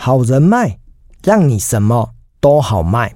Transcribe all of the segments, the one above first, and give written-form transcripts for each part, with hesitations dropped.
好人脉，让你什么都好卖。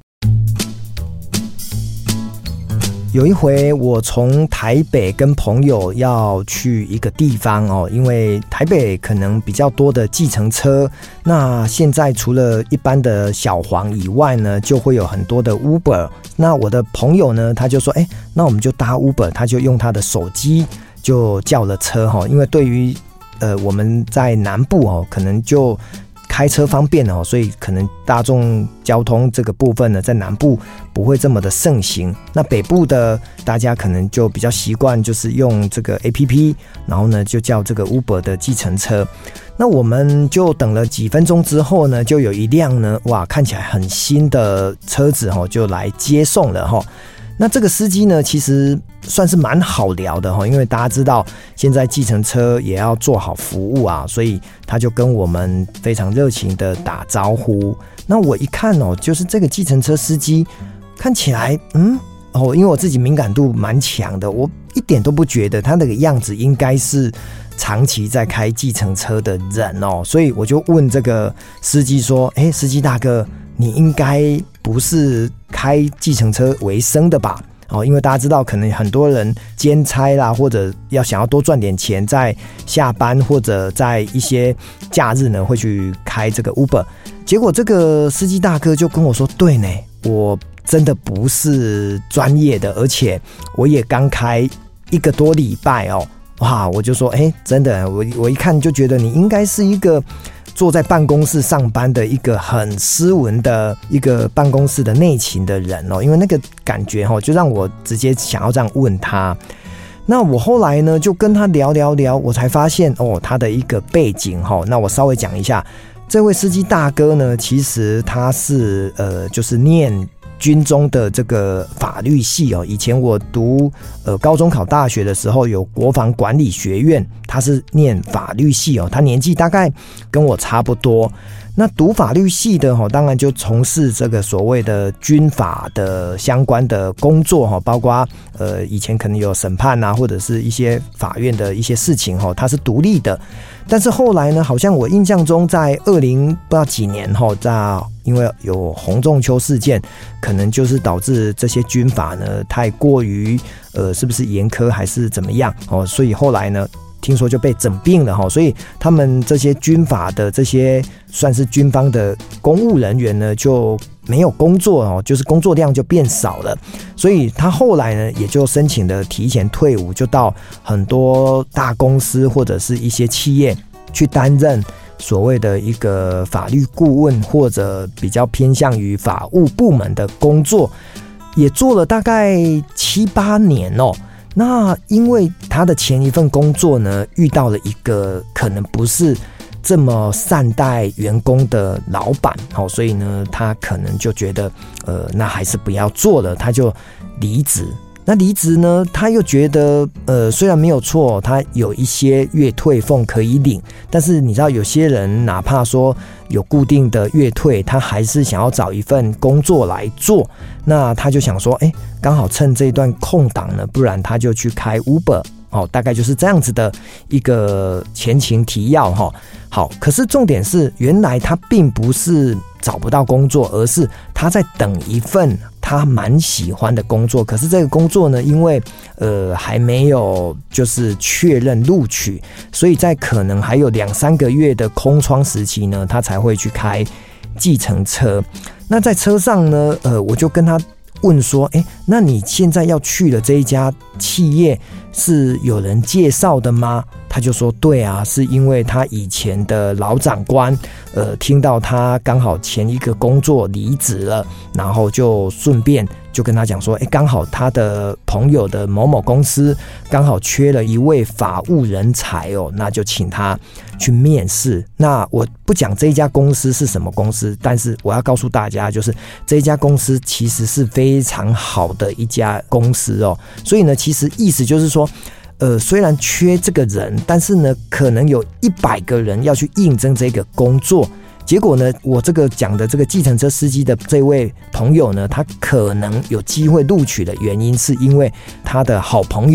有一回我从台北跟朋友要去一个地方哦，因为台北可能比较多的计程车，那现在除了一般的小黄以外呢，就会有很多的 Uber。那我的朋友呢，他就说那我们就搭 Uber， 他就用他的手机就叫了车齁，因为对于我们在南部齁，可能就开车方便哦，所以可能大众交通这个部分呢，在南部不会这么的盛行。那北部的大家可能就比较习惯，就是用这个 APP， 然后呢就叫这个 Uber 的计程车。那我们就等了几分钟之后呢，就有一辆呢，哇，看起来很新的车子就来接送了。那这个司机呢，其实算是蛮好聊的，因为大家知道现在计程车也要做好服务啊，所以他就跟我们非常热情的打招呼。那我一看就是这个计程车司机看起来因为我自己敏感度蛮强的，我一点都不觉得他那个样子应该是长期在开计程车的人所以我就问这个司机说，司机大哥，你应该不是开计程车为生的吧？因为大家知道可能很多人兼差啦，或者想要多赚点钱，在下班或者在一些假日呢会去开这个 Uber。 结果这个司机大哥就跟我说，对呢，我真的不是专业的，而且我也刚开1个多礼拜哇，我就说真的，我一看就觉得你应该是一个坐在办公室上班的一个很斯文的一个办公室的内勤的人因为那个感觉就让我直接想要这样问他。那我后来呢就跟他聊，我才发现他的一个背景那我稍微讲一下，这位司机大哥呢，其实他是就是念军中的这个法律系以前我读高中考大学的时候有国防管理学院，他是念法律系他年纪大概跟我差不多。那读法律系的当然就从事这个所谓的军法的相关的工作包括以前可能有审判啊，或者是一些法院的一些事情他是独立的。但是后来呢，好像我印象中在20不知道几年因为有洪仲丘事件，可能就是导致这些军法呢太过于是不是严苛还是怎么样所以后来呢听说就被整并了所以他们这些军法的这些算是军方的公务人员呢就没有工作就是工作量就变少了，所以他后来呢也就申请了提前退伍，就到很多大公司或者是一些企业去担任所谓的一个法律顾问，或者比较偏向于法务部门的工作，也做了大概7-8年那因为他的前一份工作呢遇到了一个可能不是这么善待员工的老板所以呢他可能就觉得那还是不要做了，他就离职。那离职呢，他又觉得虽然没有错，他有一些月退俸可以领，但是你知道有些人哪怕说有固定的月退，他还是想要找一份工作来做。那他就想说刚好趁这一段空档呢，不然他就去开 Uber大概就是这样子的一个前情提要好，可是重点是原来他并不是找不到工作，而是他在等一份他蛮喜欢的工作，可是这个工作呢，因为还没有就是确认录取，所以在可能还有2-3个月的空窗时期呢，他才会去开计程车。那在车上呢我就跟他问说那你现在要去的这一家企业是有人介绍的吗？他就说对啊，是因为他以前的老长官听到他刚好前一个工作离职了，然后就顺便就跟他讲说刚好他的朋友的某某公司刚好缺了一位法务人才那就请他去面试。那我不讲这一家公司是什么公司，但是我要告诉大家，就是这一家公司其实是非常好的一家公司所以呢其实意思就是说虽然缺这个人，但是呢可能有100个人要去应征这个工作。结果呢我这个讲的这个计程车司机的这位朋友呢，他可能有机会录取的原因是因为他的好朋友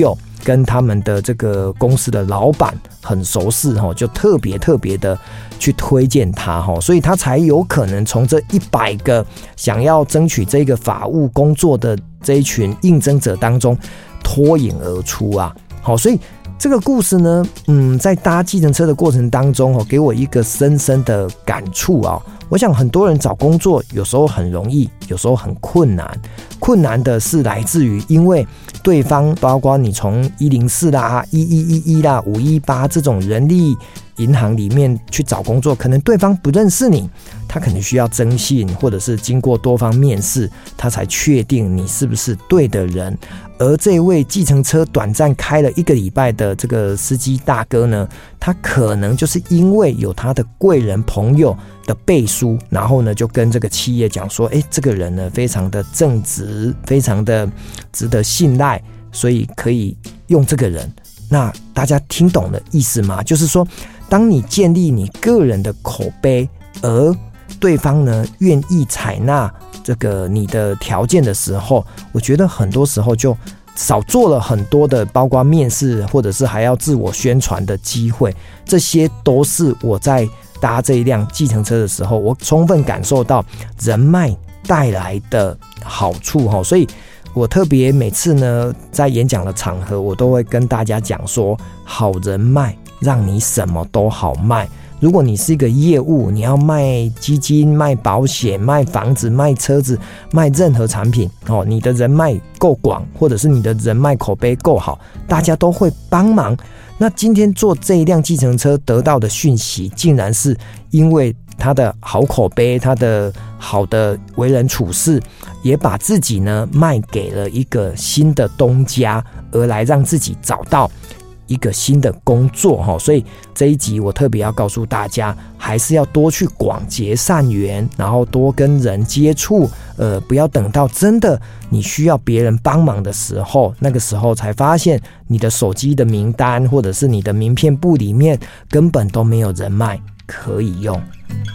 跟他们的这个公司的老板很熟识，就特别的去推荐他，所以他才有可能从这100个想要争取这个法务工作的这一群应征者当中脱颖而出啊。好，所以这个故事呢，在搭计程车的过程当中，给我一个深深的感触啊。我想很多人找工作有时候很容易，有时候很困难。困难的是来自于因为对方，包括你从104啦、1111啦、518这种人力银行里面去找工作，可能对方不认识你，他可能需要征信，或者是经过多方面试，他才确定你是不是对的人。而这位计程车短暂开了1个礼拜的这个司机大哥呢，他可能就是因为有他的贵人朋友的背书，然后呢就跟这个企业讲说，这个人呢非常的正直，非常的值得信赖，所以可以用这个人。那大家听懂了意思吗？就是说，当你建立你个人的口碑，而对方呢愿意采纳这个你的条件的时候，我觉得很多时候就少做了很多的包括面试或者是还要自我宣传的机会。这些都是我在搭这一辆计程车的时候，我充分感受到人脉带来的好处。所以我特别每次呢在演讲的场合，我都会跟大家讲说，好人脉让你什么都好卖。如果你是一个业务，你要卖基金、卖保险、卖房子、卖车子、卖任何产品，你的人脉够广，或者是你的人脉口碑够好，大家都会帮忙。那今天坐这一辆计程车得到的讯息，竟然是因为他的好口碑，他的好的为人处事，也把自己呢卖给了一个新的东家，而来让自己找到一个新的工作。所以这一集我特别要告诉大家，还是要多去广结善缘，然后多跟人接触，不要等到真的你需要别人帮忙的时候，那个时候才发现你的手机的名单或者是你的名片簿里面根本都没有人脉可以用。